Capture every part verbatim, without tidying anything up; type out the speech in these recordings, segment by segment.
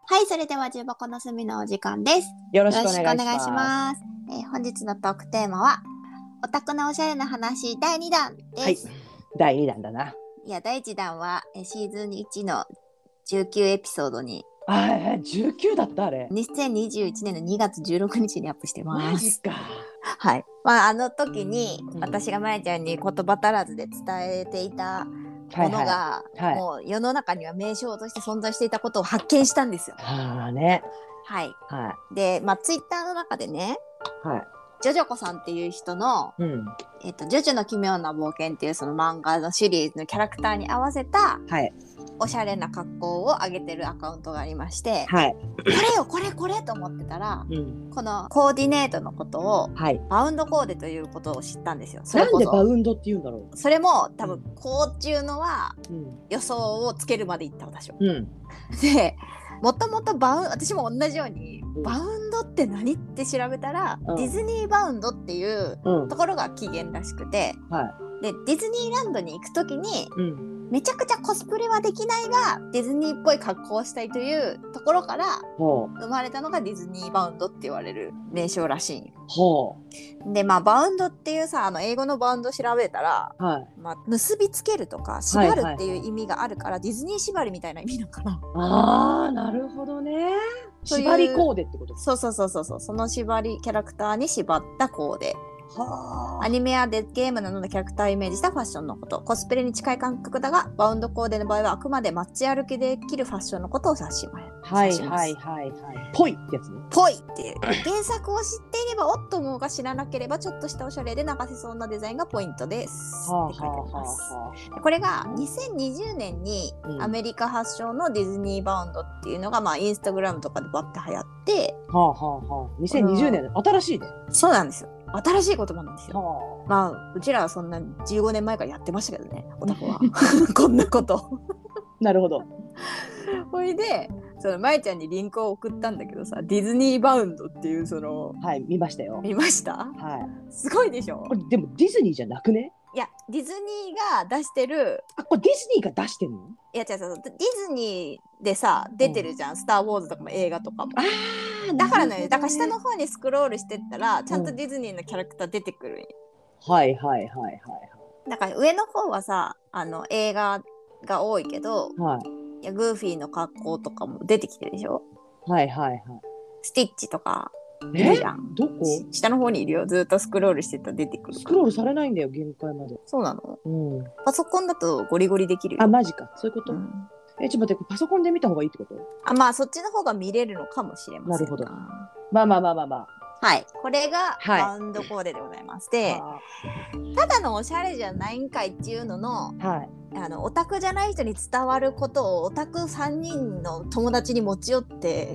はい、それでは重箱の隅のお時間です。 よろしくお願いします。 よろしくお願いします。えー本日のトークテーマはオタクなおしゃれな話だいにだんはいです。、 だいにだんだな。 いや、だいいちだんはえーシーズンいちのじゅうきゅうエピソードにあーじゅうきゅうだったあれ。 にせんにじゅういちねんのにがつじゅうろくにちにアップしてます。 マジか。 はい。まああの時にうん私がまやちゃんに言葉足らずで伝えていたものが、 はいはいはいもう世の中には名称として存在していたことを発見したんですよ。 はあね。 はい。 はで、まあツイッターの中でね、 いはい。 ジョジョコさんっていう人の、 うん。 えっと、ジョジョの奇妙な冒険っていうその漫画のシリーズのキャラクターに合わせたはいおしゃれな格好を上げてるアカウントがありまして、 はい。 これよこれこれと思ってたら、 うん。 このコーディネートのことをはい。 バウンドコーデということを知ったんですよ。それなんでこそバウンドって言うんだろそれも多分こうっていうのはう。うん。 予想をつけるまでいった私は。 うん。 でもともとバウン私も同じように、 うんバウンドって何って調べたら、 うんディズニーバウンドっていううん。 ところが起源らしくて、 はでディズニーランドに行くときにい。うん。 めちゃくちゃコスプレはできないがディズニーっぽい格好をしたいというところからほう。 生まれたのがディズニーバウンドって言われる名称らしい。 ほでまあバウンドっていうさあの英語のバウンド調べたら、 う。はい。 まあ、結びつけるとか縛るっていう意味があるから、ディズニー縛りみたいな意味なのかな。 ああ、なるほどね。 そういう縛りコーデってこと。 そうそうそうそうそうその縛りキャラクターに縛ったコーデ。 はアニメやデゲームなどのキャラクターをイメージしたファッションのこと。コスプレに近い感覚だがバウンドコーデの場合はあくまで街歩きできるファッションのことを指します。 はい指しますはいはいはい。ぽいってやつね。 ぽいっていう原作を知っていればおっと思うが知らなければちょっとしたおしゃれで流せそうなデザインがポイントですはあって書いてありはます。 あはこれがにせんにじゅうねんにうんアメリカ発祥のディズニーバウンドっていうのが、まあインスタグラムとかでバッて流行ってあはあはあはあ。にせんにじゅうねん新しいね。 そうなんですよ。新しい言葉なんですよ。 はまあうちらはそんなじゅうごねんまえからやってましたけどね、オタクはこんなことあ。なるほど。 ほいでそのまえちゃんにリンクを送ったんだけどさ、ディズニーバウンドっていうそのはい、見ましたよ。 見ました？ はい。 すごいでしょ。 これでもディズニーじゃなくね？ いやディズニーが出してる、 あ、これディズニーが出してんの？ いや違う違う、ディズニーでさ出てるじゃん、うん、スター・ウォーズとかも映画とかも。 あー、 だからね、 ね、 だから下の方にスクロールしてったらちゃんとディズニーのキャラクター出てくるんよ、 うん、はいはいはいはい。 だから上の方はさあの映画が多いけど、 はい、 いやグーフィーの格好とかも出てきてるでしょ。 はいはいはい。 スティッチとかいるじゃん。 どこ？ 下の方にいるよ。ずっとスクロールしてたら出てくる。 スクロールされないんだよ、限界まで。 そうなの？ うん。 パソコンだとゴリゴリできるよ。 あ、マジか。そういうこと？うん、え、ちょっと待って、パソコンで見た方がいいってこと？ あ、まあそっちの方が見れるのかもしれません。 なるほど。まあまあまあまあまあ。 はい。これがはい、 バウンドコーデでございます。で、ただのおしゃれじゃないんかいっていうのの、 はい、 あのオタクじゃない人に伝わることをオタクさんにんの友達に持ち寄って、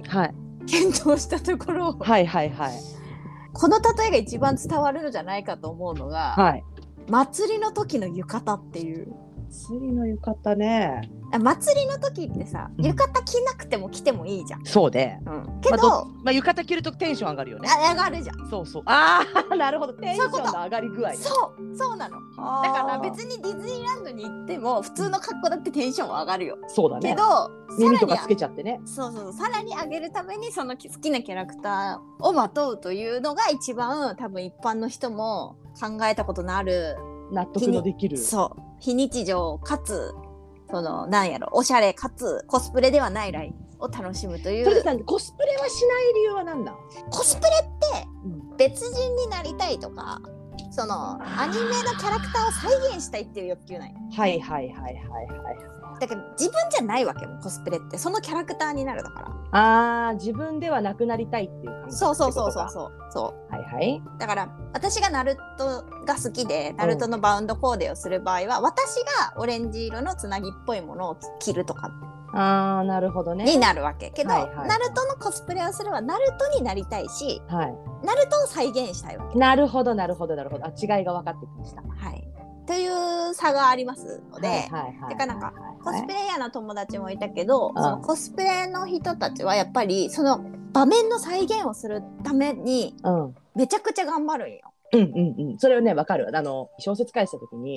はい、検討したところ、 はいはいはい、 この例えが一番伝わるのじゃないかと思うのが、はい、祭りの時の浴衣っていう。 祭りの浴衣ね。 祭りの時ってさ、浴衣着なくても着てもいいじゃん。 そうね、 うん、けど、 まあまあ、浴衣着るとテンション上がるよね。 あ、上がるじゃん。 そうそう。ああ、なるほど。テンションの上がり具合、ね、 そうそうなの。だから別にディズニーランドに行っても普通の格好だってテンションは上がるよ。 そうだね。 けど耳とかつけちゃってね。 そうそう、さらに上げるためにその好きなキャラクターをまとうというのが一番多分一般の人も考えたことのある、 納得のできる、 そう非日常かつそのなんやろおしゃれかつコスプレではないラインを楽しむという。 それでさ、コスプレはしない理由は何だ？ コスプレって別人になりたいとか、そのアニメのキャラクターを再現したいっていう欲求ない。 はいはいはいはいはい。 だから自分じゃないわけも、コスプレってそのキャラクターになるだから。 ああ、自分ではなくなりたいっていう感じ。 そうそうそうそうそうそうはいはい。だから私がナルトが好きでナルトのバウンドコーデをする場合は、うん、私がオレンジ色のつなぎっぽいものを着るとか、 ああ、なるほどね、 になるわけけど、 はいはいはい、 ナルトのコスプレをすればナルトになりたいし、はい、ナルトを再現したいわけ。 なるほどなるほどなるほど。あ、違いが分かってきました。 はい。という差がありますので、はいはいはいはい、だからなんかコスプレイヤーの友達もいたけど、そのコスプレの人たちはやっぱりその場面の再現をするためにめちゃくちゃ頑張るんよ。 うんうんうん。それはね、分かる。あの小説書いてた時に、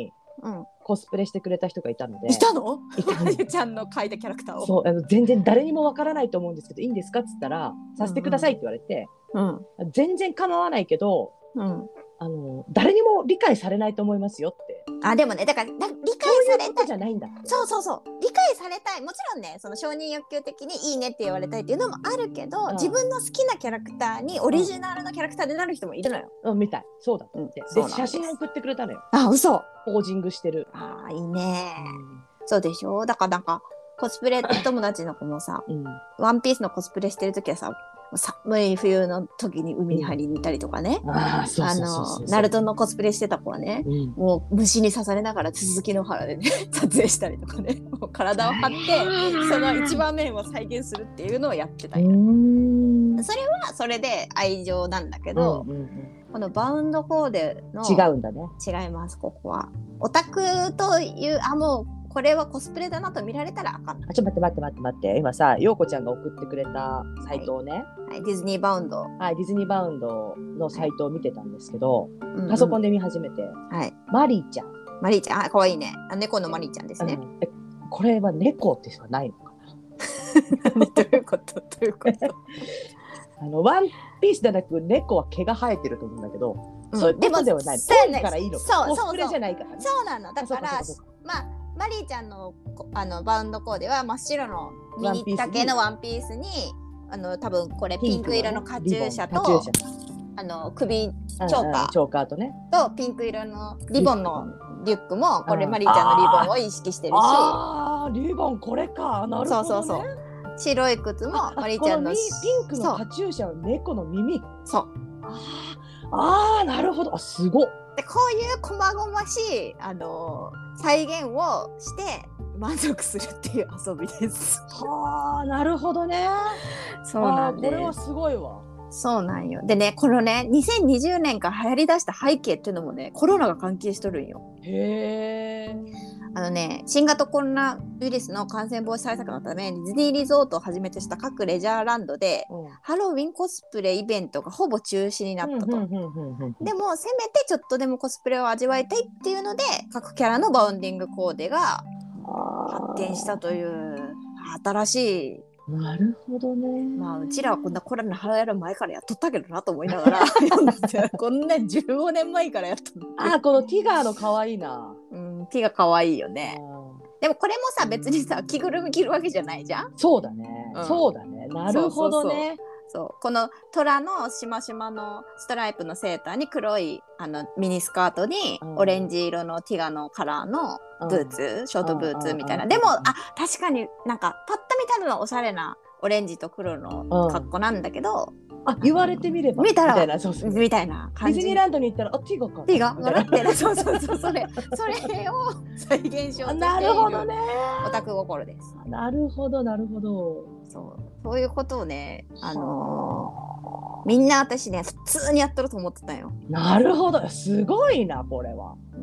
うん、 コスプレしてくれた人がいたので。 いたの？ いたの。 あゆちゃんの描いたキャラクターを。 そう、あの全然誰にもわからないと思うんですけどいいんですかっつったらさせてくださいって言われて、 うんうん、 全然構わないけど、 うん、 あの誰にも理解されないと思いますよって。 あでもねだから理解されたいじゃないんだって。そうそうそう理解されたいもちろんねその承認欲求的にいいねって言われたいっていうのもあるけど、うん、自分の好きなキャラクターにオリジナルのキャラクターでなる人もいるのよ。 うん、みたい。そうだと思って、うん、で写真送ってくれたのよ。 あ嘘。 ポージングしてる。 あいいね、うん、そうでしょ。だからなんかコスプレ友達の子もさ、うん、ワンピースのコスプレしてる時はさ寒い冬の時に海に入りに行ったりとかね、あのナルトのコスプレしてた子はね、うん、もう虫に刺されながら続きの原でね撮影したりとかねもう体を張ってその一場面を再現するっていうのをやってたり、それはそれで愛情なんだけど、うんうんうん、このバウンドコーデの違うんだね。 違います。ここはオタクというあもうこれはコスプレだなと見られたらあかんない。 あちょっと待って待って待って待って今さ陽子ちゃんが送ってくれたサイトをね、はいはい、ディズニーバウンドはいディズニーバウンドのサイトを見てたんですけど、はい、パソコンで見始めて、うんうん、はい、マリーちゃんマリーちゃんあ可愛いねあ猫のマリーちゃんですね、うん、 えこれは猫ってしかないのかなどういうことどういうことあのワンピースでなく猫は毛が生えてると思うんだけど、うん、そういうことではない。 そうね、からいいの。 そうコスプレじゃないから、ね、 そうなの。だからまあマリーちゃんのあのバウンドコーデは真っ白のミニ丈のワンピースにあの多分これピンク色のカチューシャとあの首チョーカー、うんうん、 チョーカーとねとピンク色のリボンのリュックもこれマリーちゃんのリボンを意識してるし、 ああリボンこれかなるほど、ね、そうそうそう白い靴もマリーちゃんのピンクのカチューシャは猫の耳そうああなるほどあすごっでこういう細々しい、あのー、再現をして満足するっていう遊びです。 はあなるほどね。 そうなんです。 これはすごいわ。 そうなんよ。でねこのねにせんにじゅうねんから流行りだした背景っていうのもねコロナが関係しとるんよ。 へえ。 あのね新型コロナウイルスの感染防止対策のためディズニーリゾートをはじめとした各レジャーランドで、うん、ハロウィンコスプレイベントがほぼ中止になったと。でもせめてちょっとでもコスプレを味わいたいっていうので各キャラのバウンディングコーデが発展したという新しい。 なるほどね。 まあうちらはこんなコロナ流行る前からやっとったけどなと思いながらこんなじゅうごねんまえからやっとあこのティガーの可愛いな。 うんティガー可愛いよね。でもこれもさ別にさ着ぐるみ着るわけじゃないじゃん。 そうだね、うん、そうだねなるほどね。そうそうそうそうこの虎のしましまのストライプのセーターに黒いあのミニスカートにオレンジ色のティガのカラーのブーツ、うん、ショートブーツみたいな。でもあ確かになんかパッと見たのはおしゃれなオレンジと黒の格好なんだけど、 うん、あ言われてみれば見たらみたいな、そうそうみたいな感じ。 ディズニーランドに行ったらあティガかティガ笑ってるそうそうそうそれそれを再現しようとしているなるほどねオタク心です。 なるほどなるほど。 そうそういうことをねあのー、みんな私ね普通にやってると思ってたよ。なるほどすごいなこれは、 うん、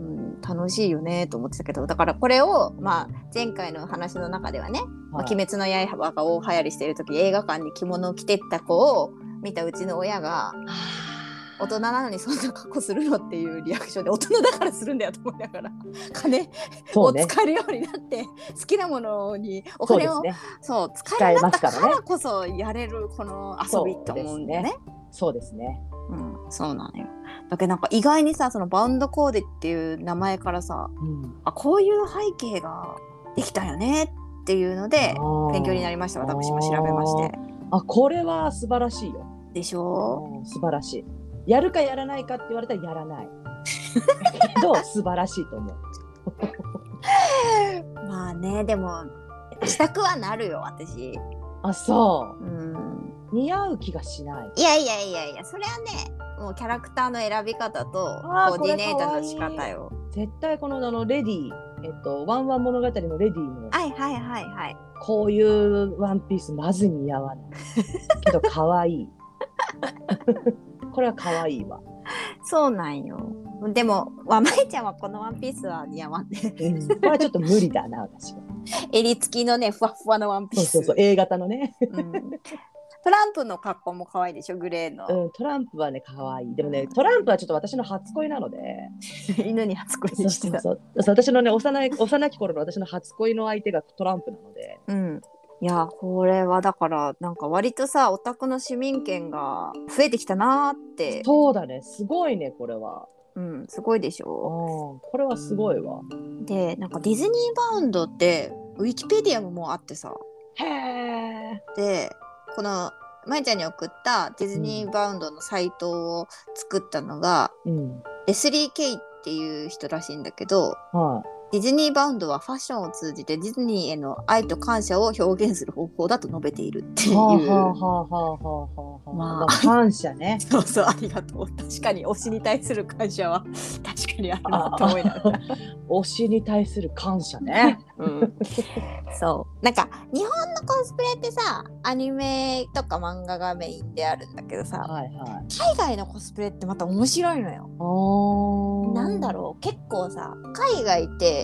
楽しいよねと思ってたけどだからこれを、まあ、前回の話の中ではね「はいまあ、鬼滅の刃」が大流行りしている時映画館に着物を着てった子を見たうちの親が大人なのにそんな格好するのっていうリアクションで大人だからするんだよと思いながら金を使えるようになって好きなものにお金をそう、ね、そう使えるようになったからこそやれるこの遊びって思うんだよね。 そうですね。 うん、そうなのよ。だけどなんか意外にさそのバウンドコーデっていう名前からさ、うん、あこういう背景ができたよねっていうので勉強になりました。私も調べまして。 あこれは素晴らしいよ。 でしょ。 素晴らしい。やるかやらないかって言われたらやらないけど素晴らしいと思うまあねでもしたくはなるよ私。 あそう、うん、似合う気がしない。 いやいやいやいやそれはねもうキャラクターの選び方とコーディネートの仕方よ。 絶対このあのレディーえっとワンワン物語のレディーのはいはいはいはいこういうワンピースまず似合わないけど可愛いこれは可愛いわ。 そうなんよ。でもわまいちゃんはこのワンピースは似合わんね、 うん、これはちょっと無理だな私は。 襟付きのねふわふわのワンピース。 そうそうそう A 型のね、 うん、 トランプの格好も可愛いでしょ、グレーの。 うん、トランプはね可愛い。でもねトランプはちょっと私の初恋なので犬に初恋してた。 そうそうそう、私のね幼い幼き頃の私の初恋の相手がトランプなので、 うん、いやこれはだからなんか割とさオタクの市民権が増えてきたなーって。 そうだね、すごいねこれは。 うん、すごいでしょ。 これはすごいわ。 でなんかディズニーバウンドってウィキペディアももうあってさ。 へえ。 でこのまいちゃんに送ったディズニーバウンドのサイトを作ったのが、うん、レスリー・ケイっていう人らしいんだけど、はい、ディズニーバウンドはファッションを通じてディズニーへの愛と感謝を表現する方法だと述べているっていう。 まあ感謝ね。 そうそう、ありがとう。確かに推しに対する感謝は確かにあるなと思いながら。 推しに対する感謝ね。 うん、そうなんか日本のコスプレってさアニメとか漫画がメインであるんだけどさ、はいはい、海外のコスプレってまた面白いのよ。なんだろう、結構さ海外って、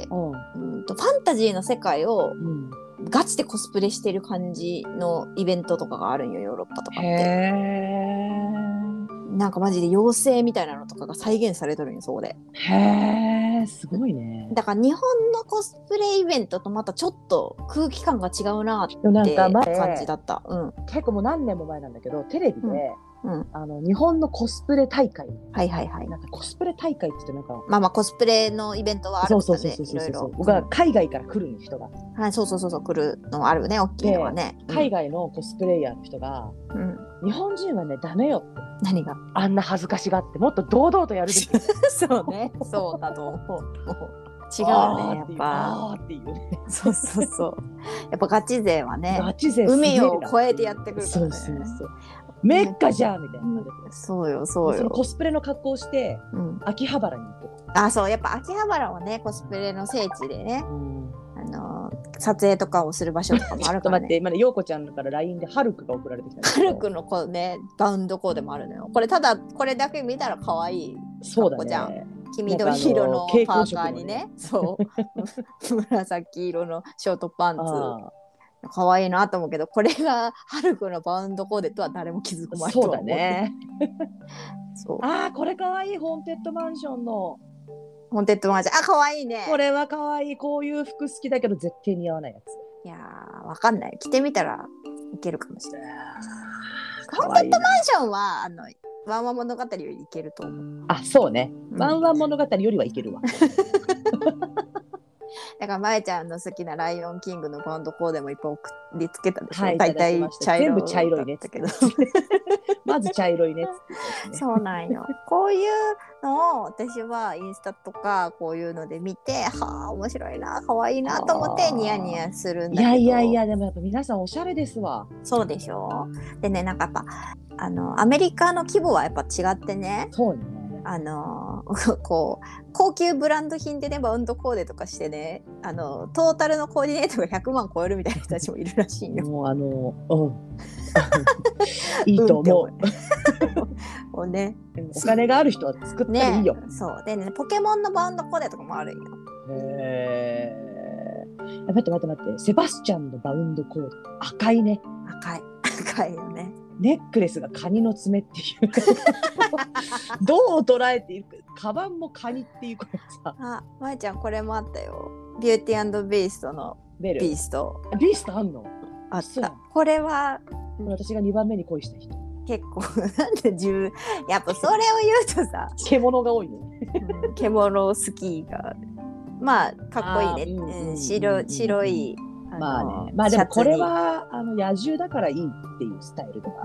うん、うんとファンタジーの世界を、うんガチでコスプレしてる感じのイベントとかがあるんよ、ヨーロッパとかって。へー。なんかマジで妖精みたいなのとかが再現されとるんよ、そこで。 へー、すごいね。 だから日本のコスプレイベントとまたちょっと空気感が違うなって感じだった。うん、 結構もう何年も前なんだけどテレビで、うんうん、あの日本のコスプレ大会、 はいはいはい、 なんかコスプレ大会ってなんかまあまあコスプレのイベントはあるんだね、いろいろ。 僕は海外から来る人が、 はい、そうそうそうそう来るのあるね、大きいのはね。 海外のコスプレイヤーの人が、うん、日本人はねダメよって。 何が？あんな恥ずかしがってもっと堂々とやるべき。 そうね、そうだと思う。違うよね、やっぱ。 っていうね。 そうそうそう。やっぱガチ勢はね、 ガチ勢海を越えてやってくるからね。 そうそうそう。メッカじゃんみたいな感じで、 うん、そうよそうよ。 そのコスプレの格好をして、うん、秋葉原に行って。 あ、そう、やっぱ秋葉原はねコスプレの聖地でね、うん、あのー、撮影とかをする場所とかもあるからね。ちょっと待って、 今ね陽子ちゃんから ライン でハルクが送られてきた。 ハルクのこうねバウンドコーデもあるのよ。これただこれだけ見たら可愛い格好じゃん。黄緑色のパーカーにね、そう紫色のショートパンツ。可愛いなと思うけど、これがハルクのバウンドコーデとは誰も気づくまいと思う。 そうだね。そうあー、これ可愛い、ホーンテッドマンションのホーンテッドマンション、あ、可愛いね。 これは可愛い。こういう服好きだけど絶対似合わないやつ。 いやー、わかんない。着てみたらいけるかもしれない。ホーンテッドマンションはあのワンワン物語よりいけると思う。 あ、そうね、うん、ワンワン物語よりはいけるわ。 だからまえちゃんの好きなライオンキングのバンドコーデもいっぱい送りつけたでしょ。はい、大体茶色い。 全部茶色いねっつけど。まず茶色いねっつって、 ね。そうなんよ。こういうのを私はインスタとかこういうので見て、はあ面白いな、可愛いなと思ってニヤニヤするんだけど。 いやいやいや、でもやっぱ皆さんおしゃれですわ。 そうでしょ。でね、なんかやっぱあのアメリカの規模はやっぱ違ってね。 そうね。 あのこう高級ブランド品でねバウンドコーデとかしてね、あのトータルのコーディネートがひゃくまん超えるみたいな人たちもいるらしいよ。 もうあの、うん、いいと思う。 もうね、 お金がある人は作ったらいいよ。 ね、そうでね、ポケモンのバウンドコーデとかもあるんよ。 へー、待って待って待って、セバスチャンのバウンドコーデ赤いね。 赤い赤いよね。 ネックレスがカニの爪っていうどう捉えているか、カバンもカニっていうことさ。 あ、まえちゃんこれもあったよ。ビューティー&ビーストのビースト。 ビーストあんの？ あった。これは私がにばんめに恋した人。 結構なんでじゅうやっぱそれを言うとさ獣が多いね。 うん、獣好きがまあかっこいいね。うんうん、白白い。 まあね、まあでもこれはあの野獣だからいいっていうスタイルとか。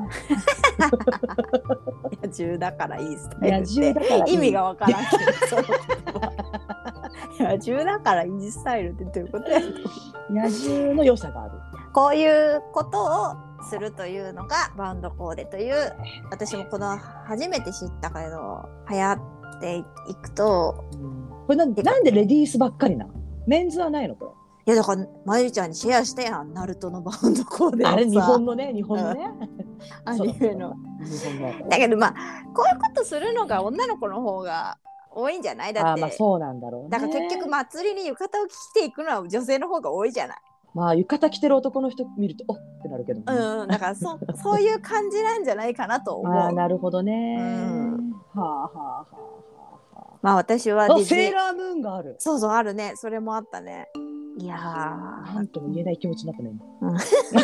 野獣だからいいスタイルって意味がわからんけど、その野獣だからいいスタイルってどういうことやろ。 野獣の良さがある。 こういうことをするというのがバウンドコーデという、私もこの初めて知ったけど流行っていくと、うん、 これなんでなんでレディースばっかりなの？メンズはないのこれ？ いやだからまゆりちゃんにシェアしたやん、ナルトのバウンドコーデ。 あれ日本のね、日本のね、 アニメの。だけどまあこういうことするのが女の子の方が多いんじゃない？だって。 あ、まあそうなんだろうね。 だから結局祭りに浴衣を着ていくのは女性の方が多いじゃない。 まあ浴衣着てる男の人見るとおってなるけど、ね、 うん、だからそそういう感じなんじゃないかなと思う。 あなるほどね、うん、はあはあはあはあ。まあ私はディズニー、 セーラームーンがある。 そうそうあるね、それもあったね。いやーなんとも言えない気持ちになったね、 うん、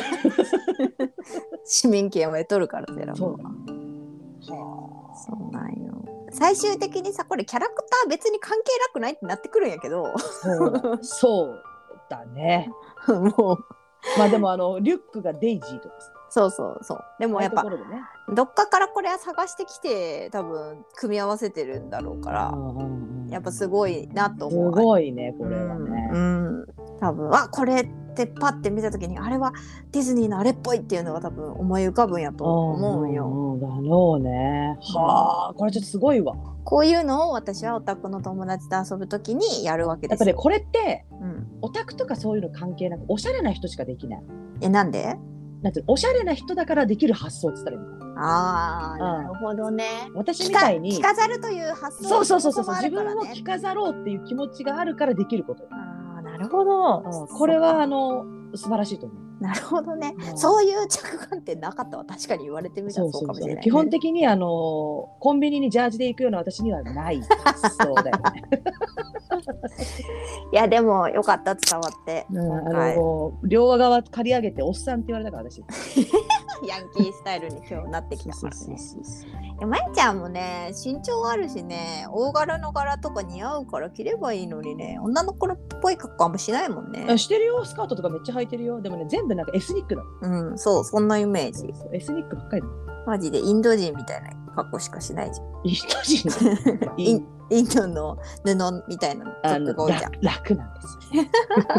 市民権を得とるからセーラームーンは。そうなんよ。最終的にさこれキャラクター別に関係なくないってなってくるんやけどそうそうだねもうまあでもあのリュックがデイジーとかそうそうそうでもやっぱね、 どっかからこれは探してきて多分組み合わせてるんだろうから、うんうんうん、やっぱすごいなと思う。 すごいねこれはね、 うんうん、多分あこれってパッて見た時にあれはディズニーのあれっぽいっていうのが多分思い浮かぶんやと思うよ。 うんうん、だろうね。はあこれちょっとすごいわ。 こういうのを私はオタクの友達と遊ぶときにやるわけですよ。 やっぱねこれって、うん、オタクとかそういうの関係なくおしゃれな人しかできない。 えなんで？ なんておしゃれな人だからできる発想っつったらいいのかな。 ああ、なるほどね。 私みたいに着飾るという発想、 そうそうそうそうそう、自分を着飾ろうっていう気持ちがあるからできること。 ああ、なるほど。 これはあの素晴らしいと思う。 なるほどね、うん、そういう着眼点なかったわ。確かに言われてみたらそうかもしれない、ね、 基本的にあのコンビニにジャージで行くような私にはない発想だよねいやでもよかった伝わって、 うん、あの両側刈り上げておっさんって言われたから私ヤンキースタイルに今日なってきたからね。まいちゃんもね身長あるしね大柄の柄とか似合うから着ればいいのにね女の子っぽい格好あんましないもんね。 してるよスカートとかめっちゃ履いてるよ。でもね全部なんかエスニックだ。 うんそうそんなイメージ。 そうそうエスニックばっかりだ。 マジでインド人みたいな格好しかしないじゃん。 インド人インインドの布みたいなのが多いじゃん。楽なんですよ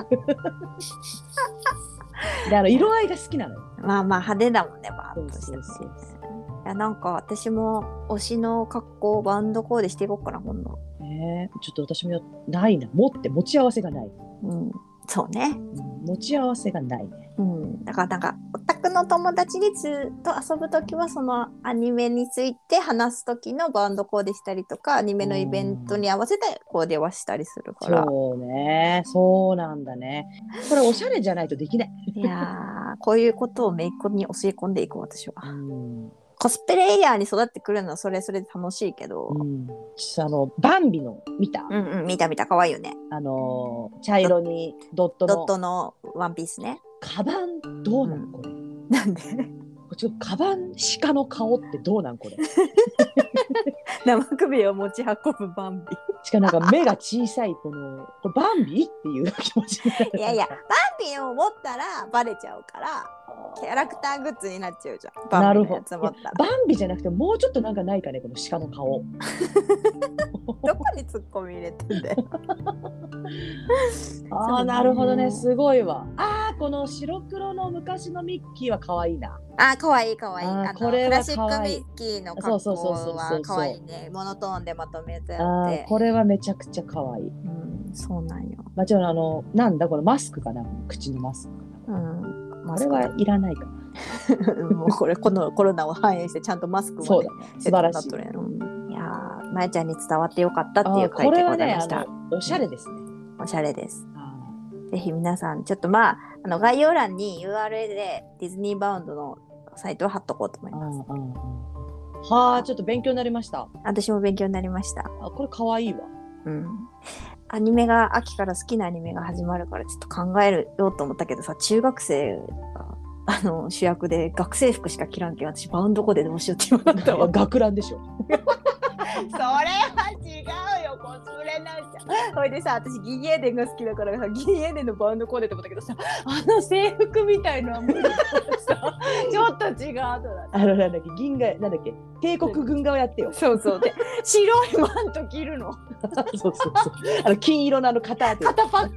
であの色合いが好きなのよ。 まあまあ派手だもんねバーッとしてね。いやなんか私も推しの格好をバンドコーデしていこうかな今度。 えー、ちょっと私もないな持って持ち合わせがない。 うんそうね、 うん、持ち合わせがないね。 うん、だからなんかオタクの友達にずっと遊ぶときはそのアニメについて話すときのバンドコーデしたりとかアニメのイベントに合わせてコーデはしたりするから。 そうねそうなんだね。これおしゃれじゃないとできないいやこういうことをめいっ子に教え込んでいこう私は。うんコスプレイヤーに育ってくるのはそれそれで楽しいけど、うん、 あのバンビの見た？ うんうん見た見た可愛いよね。 あのー、茶色にドットのドットのワンピースね。 カバンどうなん、うん、これなんでちょカバン鹿の顔ってどうなんこれ生首を持ち運ぶバンビしかなんか目が小さいこのこれバンビっていう気持ちになる。 いやいやバンビを持ったらバレちゃうからキャラクターグッズになっちゃうじゃん。バンビのやつ持ったら。 バンビじゃなくてもうちょっとなんかないかねこの鹿の顔どこにツッコミ入れてんだよああなるほどねすごいわ。あーこの白黒の昔のミッキーは可愛いな。 あー可愛い可愛い。あこれはクラシックミッキーの格好は可愛いね。モノトーンでまとめてあって。 これはめちゃくちゃ可愛い。 うん、そうなんよ。 もちろんあのなんだこれマスクかな口のマスクかな。うん。あれはいらないかな。 もうこれこのコロナを反映してちゃんとマスクも、ね、 そうだね素晴らしい。 いやまやちゃんに伝わってよかったっていう回でございました。 これはねおしゃれですね。 おしゃれです。ぜひ皆さんちょっとまああの概要欄に ユーアールエル でディズニーバウンドのサイトを貼っとこうと思います。うんうんうん、 はあちょっと勉強になりました。 私も勉強になりました。 あこれかわいいわ。 うん。アニメが秋から好きなアニメが始まるからちょっと考えるよと思ったけどさ中学生があの主役で学生服しか着らんけん私バウンドコーデどうしようって言われたわ。 学ランでしょそれは違うよコスプレなんじゃん。それでさ私銀エデンが好きだからさ銀エデンのバウンドコーデって思ったけどさあの制服みたいのは無理ださちょっと違うとだってあのなんだっけ銀河なんだっけ帝国軍側やってよ。 そうそうで白いマント着るのそうそうそうあの金色のあの肩当て肩パック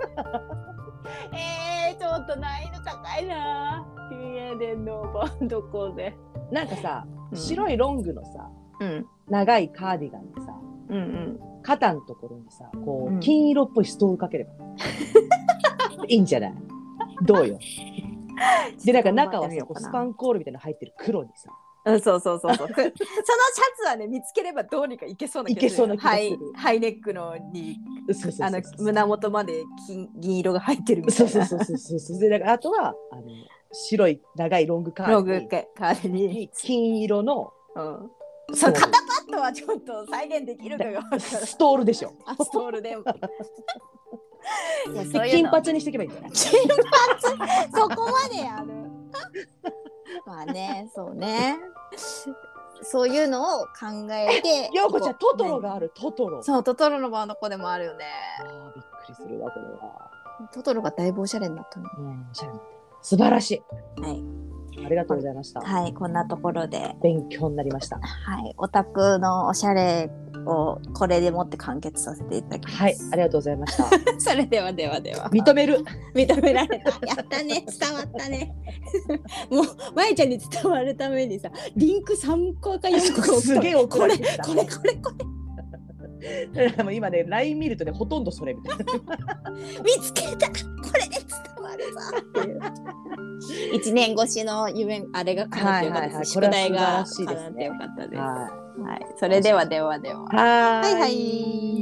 えー、ちょっと難易度高いな銀エデンのバウンドコーデ。 なんかさ、うん、白いロングのさ、 うん、 長いカーディガンでさ、 うんうん、 肩のところにさこう、うん、金色っぽいストールかければいいんじゃない？どうよでなんか中はさスパンコールみたいなの入ってる黒にさうん、そうそうそうそう。そのシャツはね見つければどうにかいけそうな気がする。 いけそうな気がする。 ハイ、ハイネックのにそうそうそうそう、 あの胸元まで金銀色が入ってるみたいな。 そうそうそうそうそう。でだからあとはあの白い長いロングカーデロングカーデに金色の、 うん、その肩パッドはちょっと再現できるかが分からない。 ストールでしょ。 あ、ストールで。 いやそういう金髪にしていけばいいんじゃない？ 金髪そこまでやる。まあね、そうね。そういうのを考えて。 ようこちゃん、トトロがある。トトロ。 そう、トトロのバーの子でもあるよね。 ああ、びっくりするわこれは。 トトロがだいぶおしゃれになったね。 うん、おしゃれになった。素晴らしい。 はい。 ありがとうございました。 はい、こんなところで勉強になりました。 はい、オタクのおしゃれをこれでもって完結させていただきます。 はい、ありがとうございました。 それではではでは。 認める。 認められた。やったね、伝わったね。もうまいちゃんに伝わるためにさ、リンクさんこかよんこすげえ送られてきた。 これこれこれこれ。でも今ね、ライン 見るとね、ほとんどそれみたいな。 見つけた。これで伝わるぞっていう。一年越しの夢、あれが叶ってよかったです。宿題が叶ってよかったです。はい、それではではでは。 はいはいはい。